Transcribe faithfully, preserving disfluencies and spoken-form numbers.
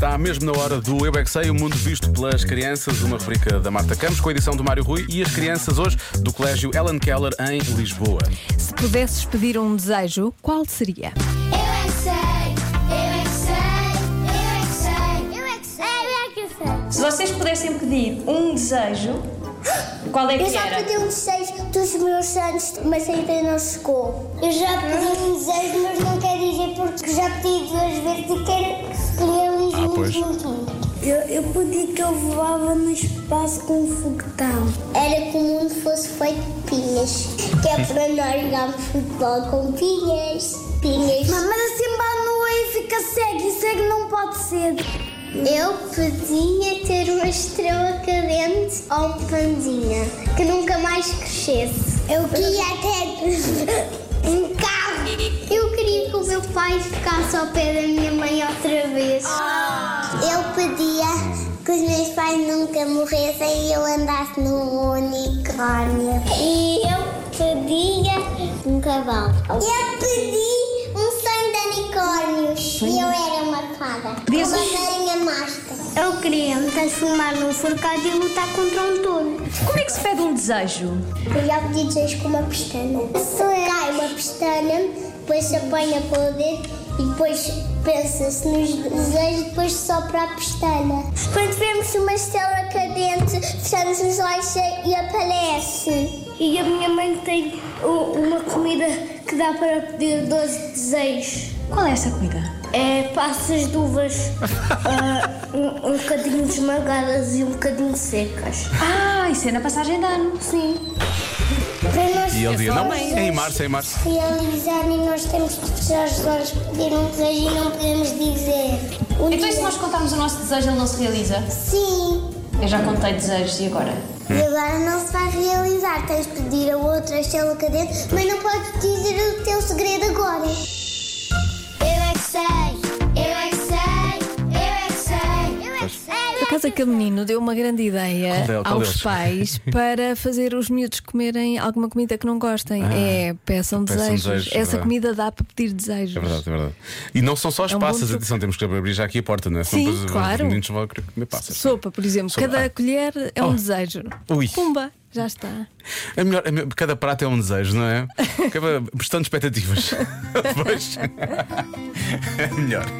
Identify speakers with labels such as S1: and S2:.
S1: Está mesmo na hora do Eu é que Sei, o mundo visto pelas crianças, uma rubrica da Marta Campos, com a edição do Mário Rui e as crianças hoje do Colégio Ellen Keller em Lisboa.
S2: Se pudesses pedir um desejo, qual seria?
S3: Eu é que sei, eu é que sei, eu é que sei, eu é que sei, eu é que sei.
S4: Se vocês pudessem pedir um desejo, qual é que
S3: Eu já
S4: era?
S3: pedi um desejo dos meus anos, mas ainda não chegou. Eu já pedi um desejo, mas não quero dizer porque já pedi duas vezes e quero que se realize
S1: Ah, pois.
S3: muito, muito. Eu, eu pedi que eu voava no espaço com um foguetão. Era que o mundo fosse feito de pinhas, que é para nós jogarmos futebol com pinhas. Pinhas. Mas assim vai no ar e fica cego, e cego não pode ser. Eu podia ter uma estrela cadente ou um pandinha que nunca mais crescesse. Eu queria ter um carro. Eu queria que o meu pai ficasse ao pé da minha mãe outra vez. Eu pedia que os meus pais nunca morressem e eu andasse no unicórnio. E eu pedia um cavalo. Eu pedi um sonho de unicórnios e eu era uma fada.
S4: Diz-
S3: Uma rainha mágica. Eu queria me transformar num forcado e lutar contra um touro.
S4: Como é que se pede um desejo?
S3: Eu já pedi desejos com uma pestana. Cai uma pestana, depois se apanha com o dedo e depois pensa-se nos desejos, depois sopra a pestana. Quando vemos uma estrela cadente, fechamos os olhos e aparece. E a minha mãe tem uma comida que dá para pedir doze desejos.
S4: Qual é essa comida?
S3: É passas de uvas ah, um, um bocadinho esmagadas e um bocadinho secas.
S4: Ah, isso é na passagem de ano.
S3: Sim. Para nós
S1: E ele dizia: não,
S3: desejos
S1: é em março, é em março.
S3: realizar e nós temos que fechar os olhos, pedir um desejo e não podemos dizer. Um
S4: Então, e se
S3: dia-
S4: nós contarmos o nosso desejo, ele não se realiza?
S3: Sim.
S4: Eu já contei desejos e agora?
S3: E agora não se vai realizar. Tens de pedir a outra estrela cadente, mas não podes dizer o teu segredo agora. Eu é que sei, eu é que sei, eu é que sei, eu é que sei.
S2: Por acaso aquele menino deu uma grande ideia
S1: Qual dele- qual
S2: aos
S1: deles?
S2: pais para fazer os miúdos comerem alguma comida que não gostem. é, peçam
S1: peçam
S2: desejos.
S1: desejos, é
S2: Essa
S1: verdade.
S2: comida dá para pedir desejos.
S1: É verdade, é verdade. E não são só as
S2: É um bom
S1: passas,
S2: truque.
S1: atenção, temos que abrir já aqui a porta, não é?
S2: Sim,
S1: depois os
S2: claro.
S1: meninos vão querer comer passas.
S2: Sopa, por exemplo.
S1: Sopa.
S2: Cada
S1: Ah.
S2: colher é um
S1: Oh.
S2: desejo.
S1: Ui.
S2: Pumba, já está.
S1: É melhor, é melhor- cada prato é um desejo, não é? Acaba prestando expectativas. Depois. É melhor.